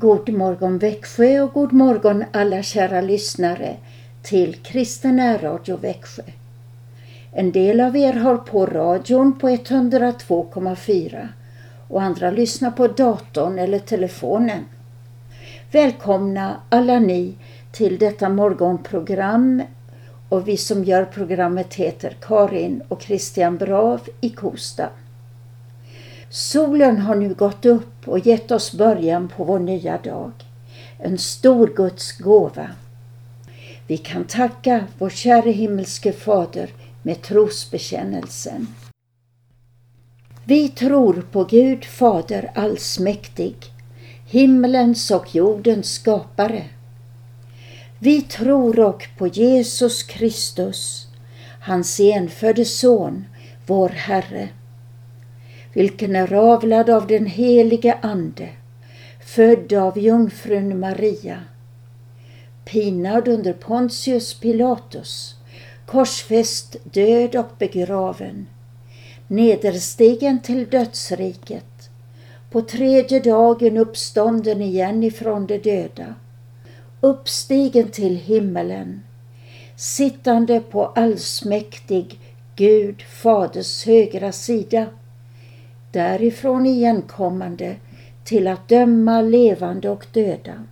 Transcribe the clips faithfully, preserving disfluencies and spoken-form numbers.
God morgon Växjö och god morgon alla kära lyssnare till Kristen närradio Växjö. En del av er har på radion på etthundratvå komma fyra och andra lyssnar på datorn eller telefonen. Välkomna alla ni till detta morgonprogram, och vi som gör programmet heter Karin och Christian Brav i Kosta. Solen har nu gått upp och gett oss början på vår nya dag. En stor Guds gåva. Vi kan tacka vår kära himmelske fader med trosbekännelsen. Vi tror på Gud Fader allsmäktig, himmelens och jordens skapare. Vi tror och på Jesus Kristus, hans enfödde son, vår Herre, vilken är avlad av den helige Ande, född av jungfrun Maria, pinad under Pontius Pilatus, korsfäst, död och begraven, nederstigen till dödsriket, på tredje dagen uppstånden igen ifrån de döda, uppstigen till himmelen, sittande på allsmäktig Gud Faders högra sida, därifrån igenkommande till att döma levande och döda.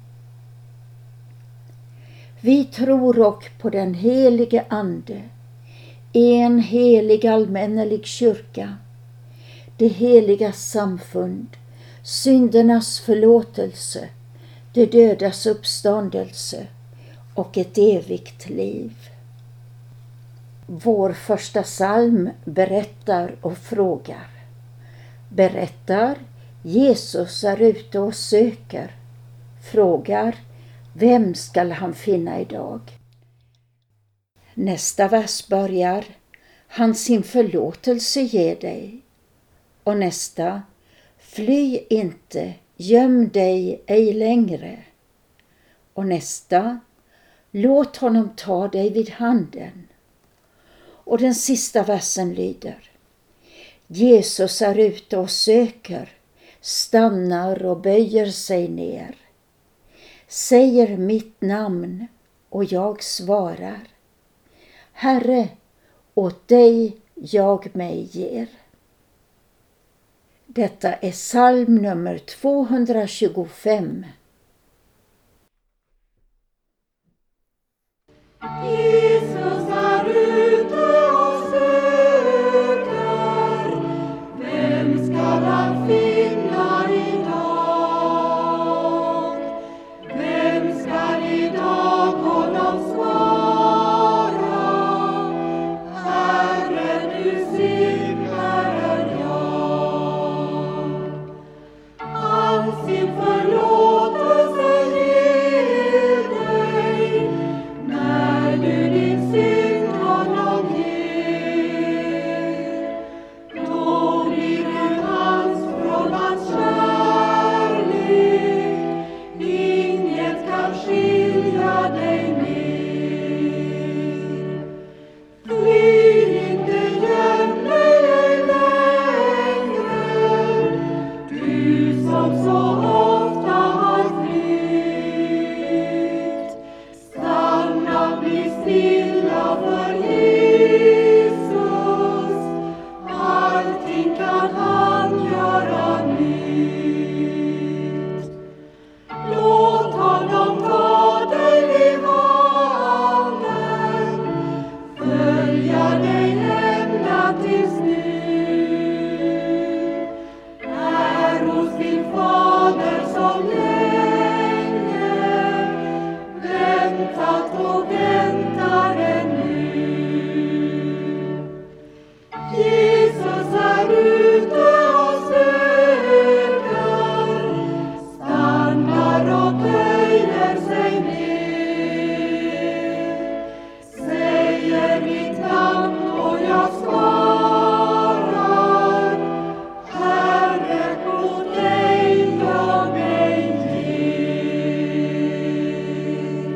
Vi tror och på den helige Ande, en helig allmännelig kyrka, det heliga samfund, syndernas förlåtelse, det dödas uppståndelse och ett evigt liv. Vår första psalm berättar och frågar. Berättar, Jesus är ute och söker. Frågar, vem skall han finna idag? Nästa vers börjar, han sin förlåtelse ger dig. Och nästa, fly inte, göm dig ej längre. Och nästa, låt honom ta dig vid handen. Och den sista versen lyder, Jesus är ute och söker, stannar och böjer sig ner. Säger mitt namn och jag svarar, Herre, åt dig jag mig ger. Detta är psalm nummer tvåhundratjugofem. Jesus är ute och söker, vem skall han finna idag? Vem skall idag honom svara? Herre, du segrar jag. Han sin förlåtelse ger dig, när du din synd honom ger. Då blir du hans från hans kärlek, inget kan skilja dig mer. Fly inte, göm dig ej längre, du som så ofta har flytt. Stanna, bli stilla för Jesus, allting kan han göra nytt. Låt honom ta dig vid handen, följa dig ända tills nu. Är hos din fader som länge väntat och väntar ännu. Jesus är ute och söker, stannar och böjer sig ner. Säger mitt namn och jag svarar, Herre, åt dig jag mig ger.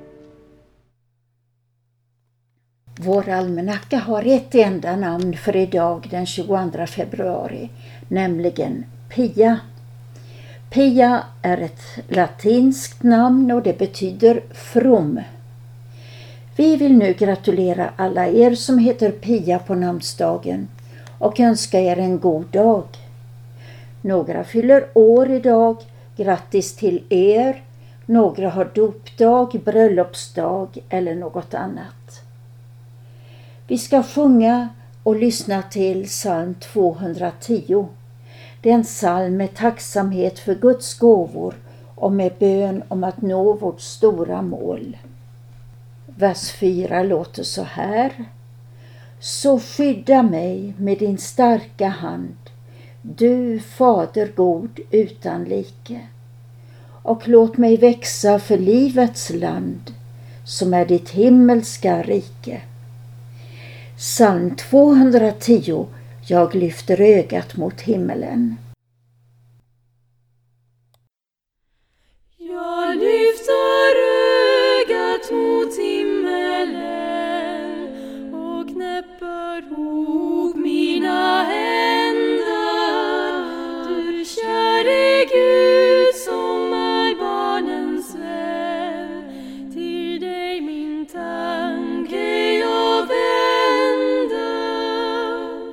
Vår almanacka har ett enda namn för idag den tjugoandra februari, nämligen Pia. Pia är ett latinskt namn och det betyder from. Vi vill nu gratulera alla er som heter Pia på namnsdagen och önska er en god dag. Några fyller år idag, grattis till er. Några har dopdag, bröllopsdag eller något annat. Vi ska sjunga och lyssna till psalm tvåhundratio. Det är en psalm med tacksamhet för Guds gåvor och med bön om att nå vårt stora mål. Vers fyra låter så här. Så skydda mig med din starka hand, du fader god utan like. Och låt mig växa för livets land, som är ditt himmelska rike. Psalm tvåhundratio. Jag lyfter ögat mot himmelen. Jag lyfter ögat mot himmelen och knäpper ihop mina händer. Du käre Gud som är barnens vän, till dig min tanke jag vänder.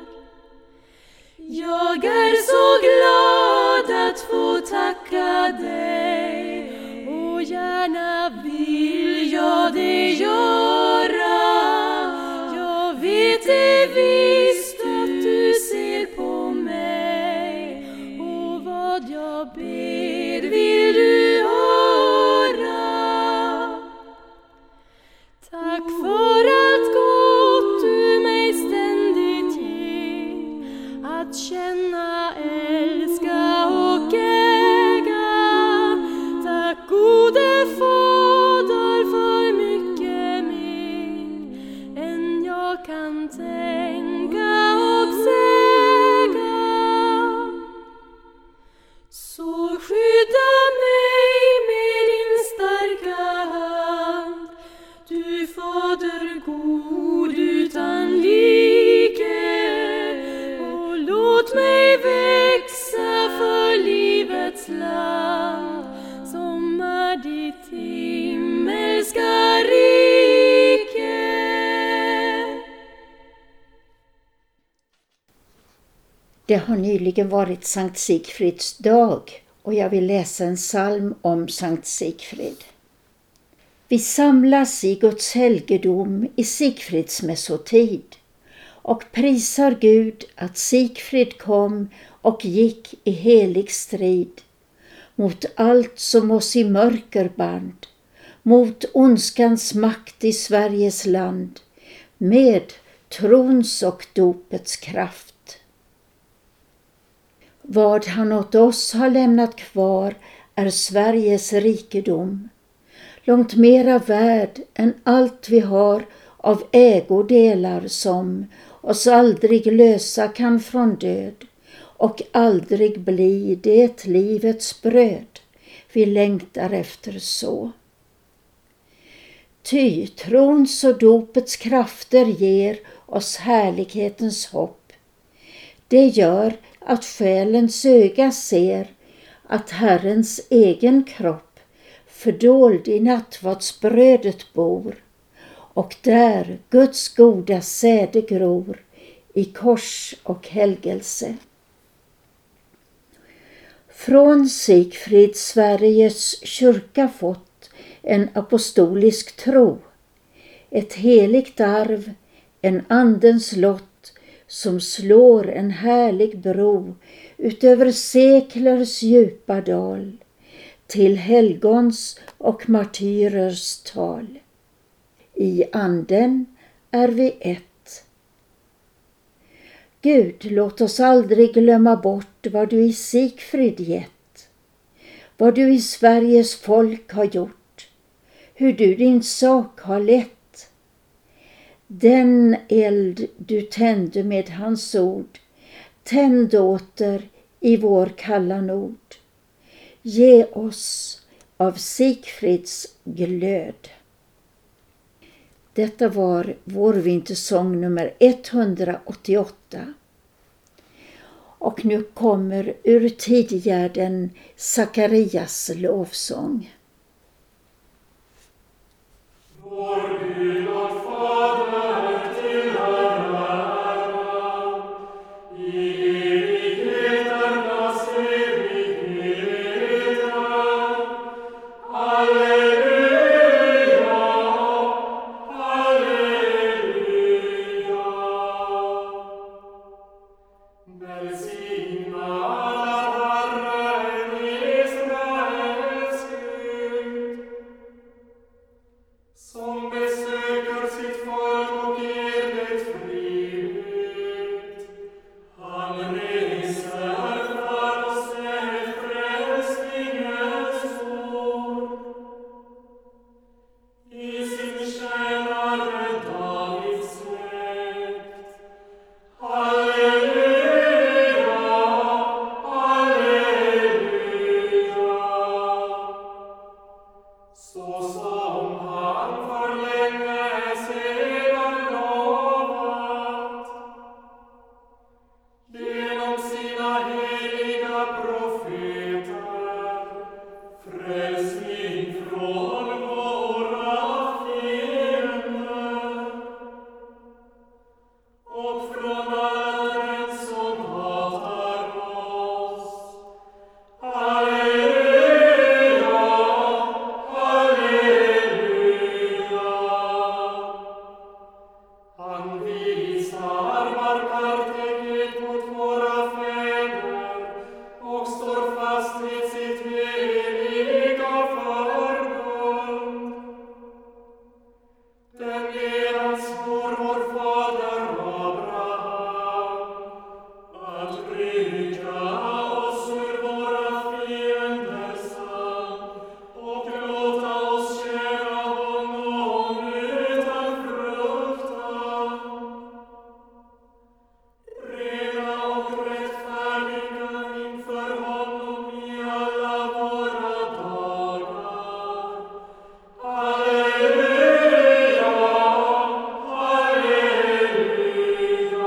Jag är så glad att få tacka dig, och gärna vill jag det göra. Jag vet det visst att du ser på mig, och vad jag ber vill du höra. Tack för allt gott du mig ständigt ger, att känna, älska och äga. Tack gode Fader för mycket mer än jag kan tänka och säga. Så skydda mig med din starka hand, du Fader god utan like. Och låt mig växa för livets land, som är ditt himmelska rike. Det har nyligen varit Sankt Sigfrids dag och jag vill läsa en psalm om Sankt Sigfrid. Vi samlas i Guds helgedom i Sigfrids mässotid och prisar Gud att Sigfrid kom och gick i helig strid mot allt som oss i mörker band, mot ondskans makt i Sveriges land, med trons och dopets kraft. Vad han åt oss har lämnat kvar är Sveriges rikedom, långt mera värd än allt vi har av ägodelar som oss aldrig lösa kan från död och aldrig bli det livets bröd vi längtar efter så. Ty trons och dopets krafter ger oss härlighetens hopp. Det gör att själens öga ser att Herrens egen kropp fördold i nattvardsbrödet bor, och där Guds goda säde gror i kors och helgelse. Från Sigfrid Sveriges kyrka fått en apostolisk tro, ett heligt arv, en andens lott som slår en härlig bro utöver seklers djupa dal till helgons och martyrers tal. I anden är vi ett. Gud, låt oss aldrig glömma bort vad du i Sigfrid gett, vad du i Sveriges folk har gjort, hur du din sak har lett. Den eld du tände med hans ord, tänd åter i vår kalla nord. Ge oss av Sigfrids glöd. Detta var vår vintersång nummer etthundraåttioåtta. Och nu kommer ur Tidgärden Sakarias lovsång. Vår Gud och Fader till ära, i evigheternas evigheter. Halleluja, halleluja. Välsigna Herren Israels Gud, som besöker sitt folk och ger det frihet. Han reser för oss ett frälsningens ord. I sin tjänare Davids släkt. Halleluja, halleluja. Så som han för länge sedan lovat, genom sina heliga profeter, frälsning från våra fiender och från alla den som hatar oss. Halleluja, halleluja. Han visar barmhärtighet mot våra fäder och står fast vid sitt heliga förbund. Den ger han svor vår fader Abraham, att rycka oss ur våra fienders hand och låta oss tjäna honom utan fruktan. Rena och rättfärdiga inför honom i alla våra dagar. Halleluja, halleluja.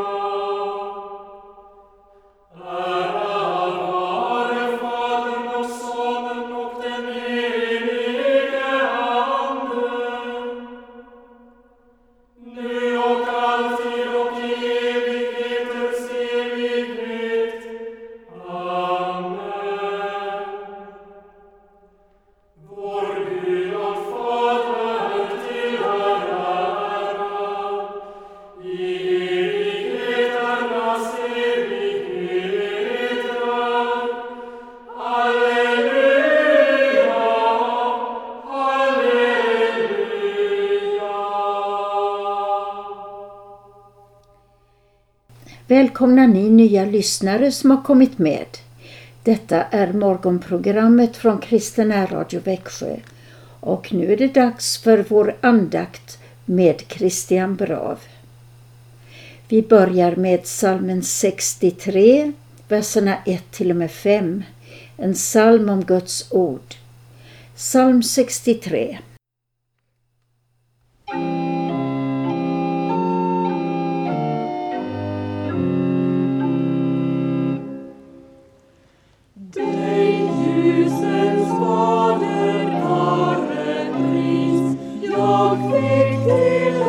Ära vare Fadern och Sonen och den helige Anden, nu och alltid och i evigheters evighet. Amen. Vår Gud och Fader till ära, i evigheternas evigheter. Halleluja, halleluja. Välkomna ni nya lyssnare som har kommit med. Detta är morgonprogrammet från Kristen Radio Växjö. Och nu är det dags för vår andakt med Christian Brav. Vi börjar med psalmen sextiotre, verserna ett till och med fem. En psalm om Guds ord. Psalm sextiotre. Dig ljusens fader vare pris, jag fick till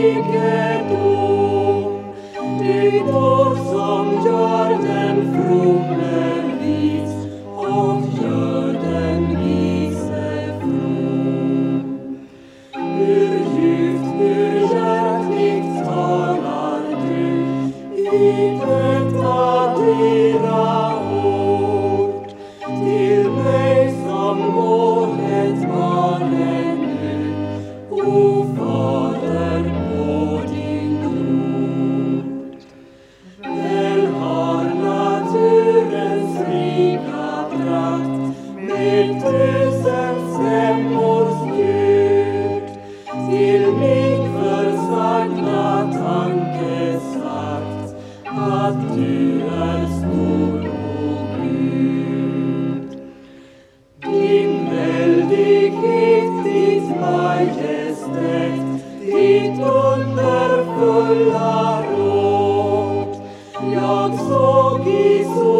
rikedom. Ditt ord som gör den fromme vis och gör den vise from. Hur djupt, hur hjärtligt talar du i detta dina ord till mig som målet maner nu, o Fader på din jord. Väl har naturens rika prakt med tusen stämmors ljud till min försagna tanke sagt att du är stor, o Gud. Din väldighet, ditt majestät, ditt underfulla råd, jag såg i så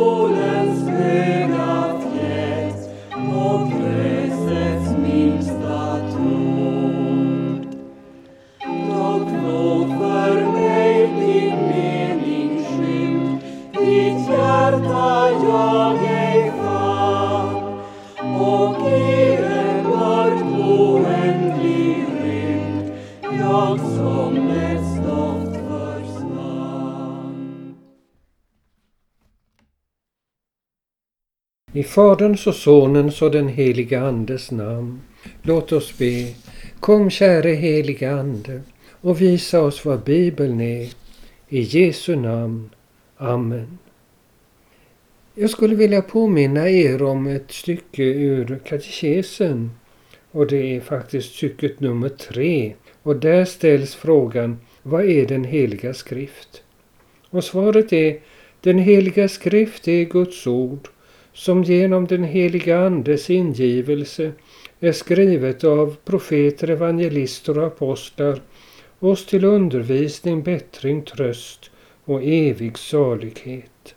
I Faderns och Sonens och den heliga Andes namn. Låt oss be. Kom, käre heliga Ande, och visa oss vad Bibeln är. I Jesu namn. Amen. Jag skulle vilja påminna er om ett stycke ur katekesen. Och det är faktiskt stycket nummer tre. Och där ställs frågan, vad är den heliga skrift? Och svaret är, den heliga skrift är Guds ord, som genom den heliga Andes ingivelse är skrivet av profeter, evangelister och apostlar, oss till undervisning, bättring, tröst och evig salighet.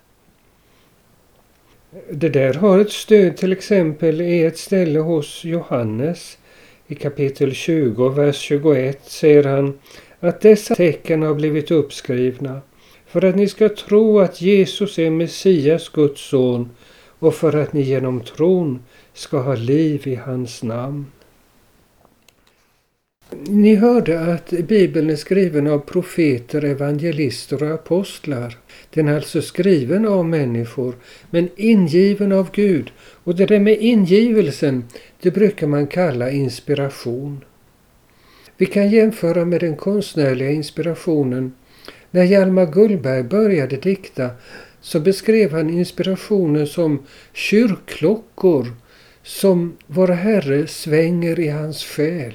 Det där har ett stöd till exempel i ett ställe hos Johannes. I kapitel tjugo, vers tjugoett säger han att dessa tecken har blivit uppskrivna för att ni ska tro att Jesus är Messias, Guds son, och för att ni genom tron ska ha liv i hans namn. Ni hörde att Bibeln är skriven av profeter, evangelister och apostlar. Den är alltså skriven av människor, men ingiven av Gud. Och det där med ingivelsen, det brukar man kalla inspiration. Vi kan jämföra med den konstnärliga inspirationen. När Hjalmar Gullberg började dikta så beskrev han inspirationen som kyrkklockor som vår Herre svänger i hans själ.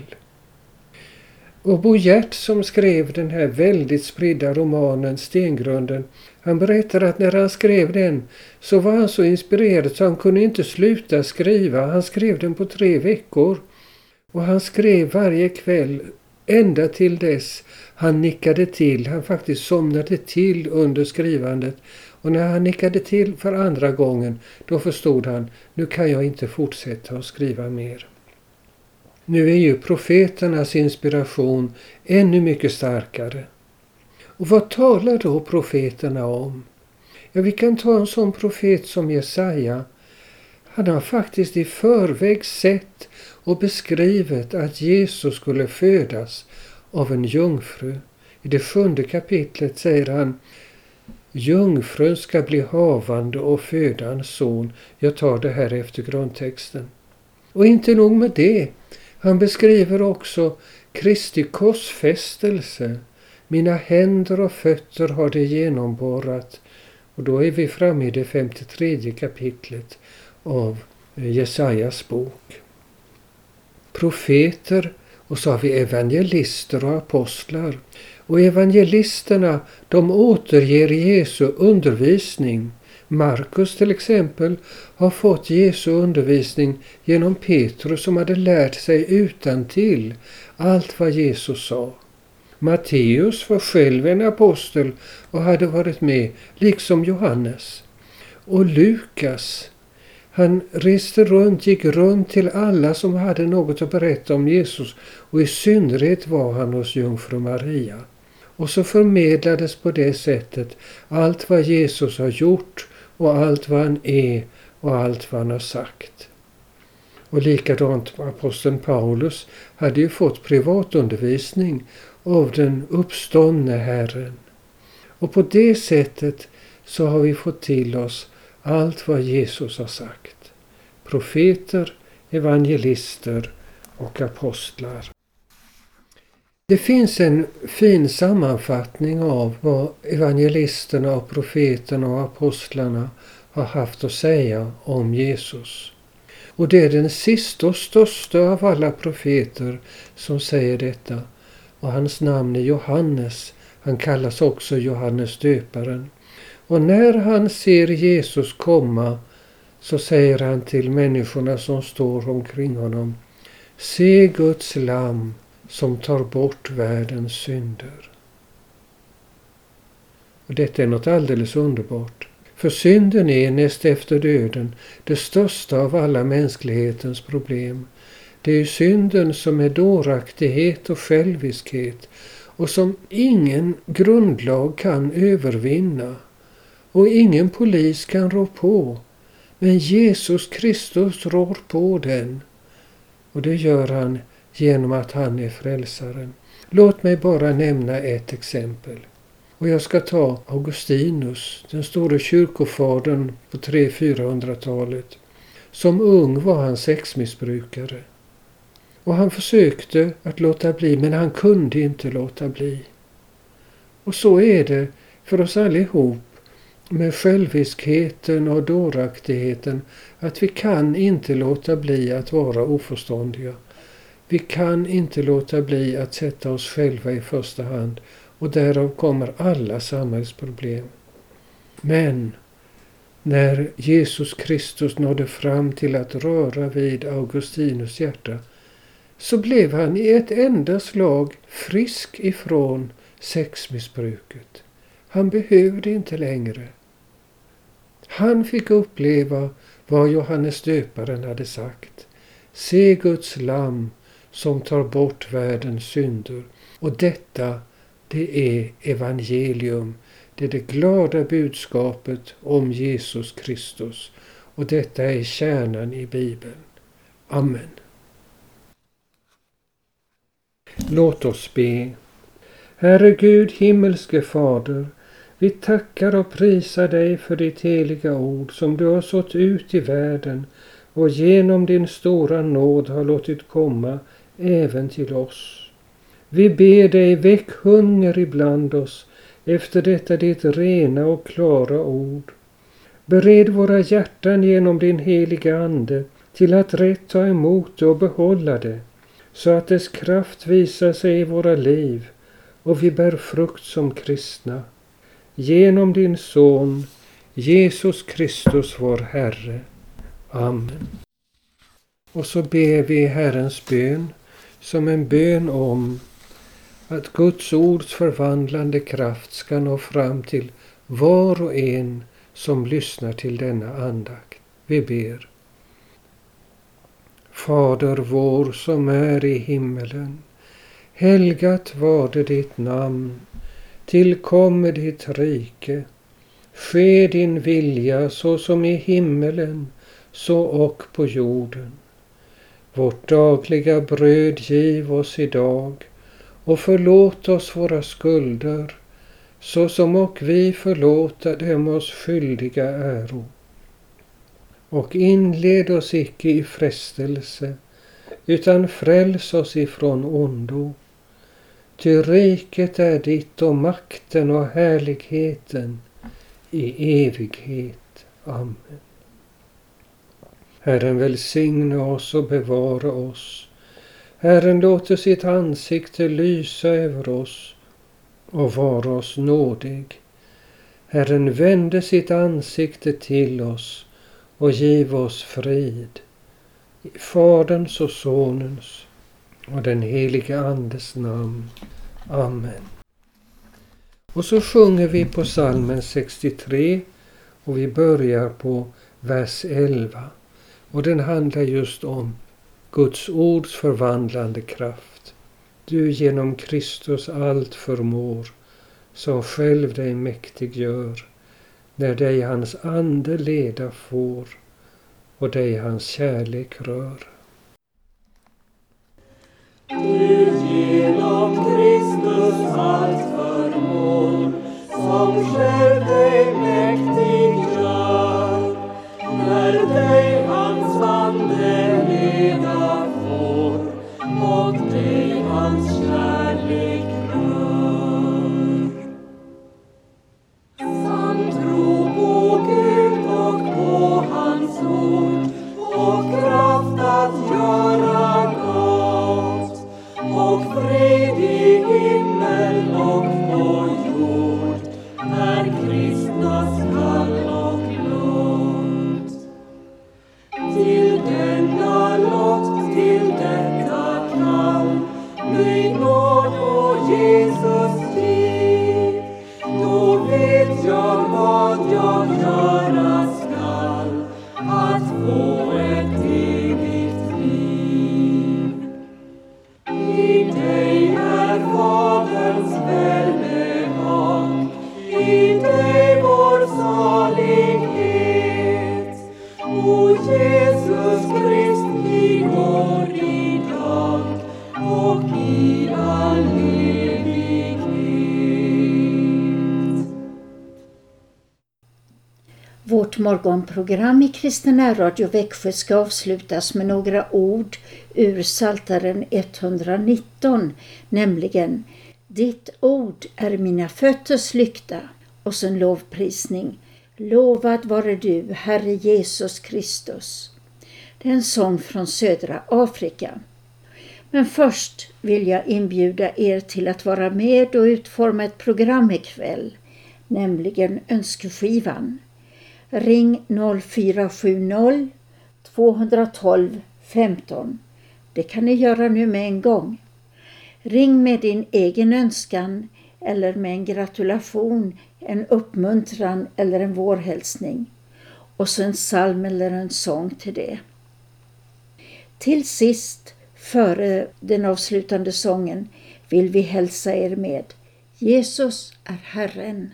Och Bo Hjert, som skrev den här väldigt spridda romanen Stengrunden, han berättade att när han skrev den så var han så inspirerad så han kunde inte sluta skriva. Han skrev den på tre veckor och han skrev varje kväll ända till dess han nickade till. Han faktiskt somnade till under skrivandet. Och när han nickade till för andra gången, då förstod han, nu kan jag inte fortsätta att skriva mer. Nu är ju profeternas inspiration ännu mycket starkare. Och vad talar då profeterna om? Ja, vi kan ta en sån profet som Jesaja. Han har faktiskt i förväg sett och beskrivit att Jesus skulle födas av en jungfru. I det sjunde kapitlet säger han, jungfrun ska bli havande och föda en son. Jag tar det här efter grundtexten. Och inte nog med det. Han beskriver också Kristi korsfästelse. Mina händer och fötter har det genomborrat. Och då är vi framme i det femtiotredje kapitlet av Jesajas bok. Profeter och så har vi evangelister och apostlar. Och evangelisterna, de återger Jesu undervisning. Markus till exempel har fått Jesu undervisning genom Petrus som hade lärt sig utantill allt vad Jesus sa. Matteus var själv en apostel och hade varit med, liksom Johannes. Och Lukas, han reste runt, gick runt till alla som hade något att berätta om Jesus, och i synnerhet var han hos jungfru Maria. Och så förmedlades på det sättet allt vad Jesus har gjort och allt vad han är och allt vad han har sagt. Och likadant aposteln Paulus hade ju fått privatundervisning av den uppståndne Herren. Och på det sättet så har vi fått till oss allt vad Jesus har sagt. Profeter, evangelister och apostlar. Det finns en fin sammanfattning av vad evangelisterna och profeterna och apostlarna har haft att säga om Jesus. Och det är den sista och största av alla profeter som säger detta. Och hans namn är Johannes. Han kallas också Johannes döparen. Och när han ser Jesus komma så säger han till människorna som står omkring honom: se Guds lamm som tar bort världens synder. Och detta är något alldeles underbart. För synden är näst efter döden det största av alla mänsklighetens problem. Det är ju synden som är dåraktighet och själviskhet och som ingen grundlag kan övervinna och ingen polis kan rå på. Men Jesus Kristus rår på den, och det gör han genom att han är frälsaren. Låt mig bara nämna ett exempel. Och jag ska ta Augustinus, den store kyrkofadern på tre hundra till fyrahundratalet. Som ung var han sexmissbrukare. Och han försökte att låta bli, men han kunde inte låta bli. Och så är det för oss allihop med själviskheten och dåraktigheten, att vi kan inte låta bli att vara oförståndiga. Vi kan inte låta bli att sätta oss själva i första hand, och därav kommer alla samhällsproblem. Men när Jesus Kristus nådde fram till att röra vid Augustinus hjärta, så blev han i ett enda slag frisk ifrån sexmissbruket. Han behövde inte längre. Han fick uppleva vad Johannes döparen hade sagt. Se Guds lamm som tar bort världens synder. Och detta, det är evangelium. Det är det glada budskapet om Jesus Kristus. Och detta är kärnan i Bibeln. Amen. Låt oss be. Herre Gud, himmelske Fader, vi tackar och prisar dig för ditt heliga ord som du har sått ut i världen och genom din stora nåd har låtit komma även till oss. Vi ber dig, väck hunger ibland oss efter detta ditt rena och klara ord. Bered våra hjärtan genom din heliga ande till att rätt ta emot det och behålla det, så att dess kraft visar sig i våra liv och vi bär frukt som kristna. Genom din son, Jesus Kristus vår Herre. Amen. Och så ber vi Herrens bön som en bön om att Guds ords förvandlande kraft ska nå fram till var och en som lyssnar till denna andakt. Vi ber. Fader vår som är i himmelen, helgat varde ditt namn, tillkommer ditt rike, ske din vilja så som i himmelen, så och på jorden. Vårt dagliga bröd giv oss idag, och förlåt oss våra skulder, så som och vi förlåta dem oss skyldiga äro. Och inled oss icke i frestelse, utan fräls oss ifrån ondo. Ty riket är ditt och makten och härligheten i evighet. Amen. Herren välsigne oss och bevara oss. Herren låter sitt ansikte lysa över oss och vara oss nådig. Herren vände sitt ansikte till oss och giv oss frid. I Faderns och Sonens och den helige Andes namn. Amen. Och så sjunger vi på psalmen sextiotre och vi börjar på vers elva. Och den handlar just om Guds ords förvandlande kraft. Du genom Kristus allt förmår, som själv dig mäktig gör, när dig hans ande leda får och dig hans kärlek rör. Du genom Kristus allt förmår, som själv dig mäktig gör, när dig hans ande leda får och dig hans kärlek rör. Sant tro på Gud och på hans ord och kraft att göra gott och fred i himmel och på jord, när Vårt morgonprogram i Kristen Radio Växjö ska avslutas med några ord ur Psaltaren etthundranitton, nämligen Ditt ord är mina fötters lykta, och så en lovprisning. Lovad vare du, Herre Jesus Kristus. Det är en sång från södra Afrika. Men först vill jag inbjuda er till att vara med och utforma ett program ikväll, nämligen önskeskivan. Ring noll fyra sju noll två ett två femton. Det kan ni göra nu med en gång. Ring med din egen önskan eller med en gratulation, en uppmuntran eller en vårhälsning. Och så en psalm eller en sång till det. Till sist, före den avslutande sången, vill vi hälsa er med Jesus är Herren.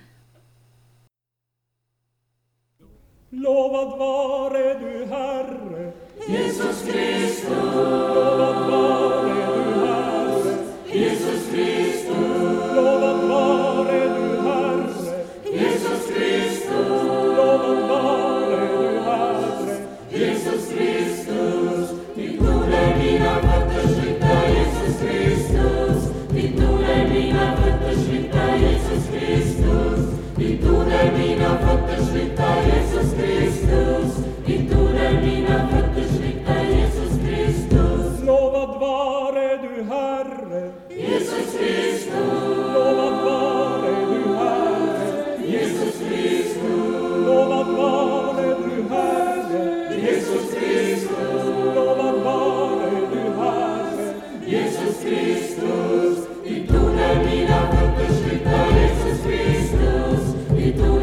Lovad vare du, Herre, Jesus Kristus. Lovad vare du, Herre, Jesus Kristus. Lovad vare du, Herre, Jesus Kristus. Lovad vare du, Herre, Jesus Kristus. Ditt ord är mina fötters lykta, Jesus Kristus. Ditt ord är mina fötters lykta, Jesus Kristus. Ditt ord är mina fötters lykta, Jesus Kristus. Ditt ord är mina fötters lykta, Jesus Kristus. Lovad vare du, Herre, Jesus Kristus. Lovad vare du, Herre, Jesus Kristus. Lovad vare du, Herre, Jesus Kristus. Lovad vare du, Herre, Jesus Kristus. Ditt ord är mina fötters lykta, Jesus Kristus. Ditt ord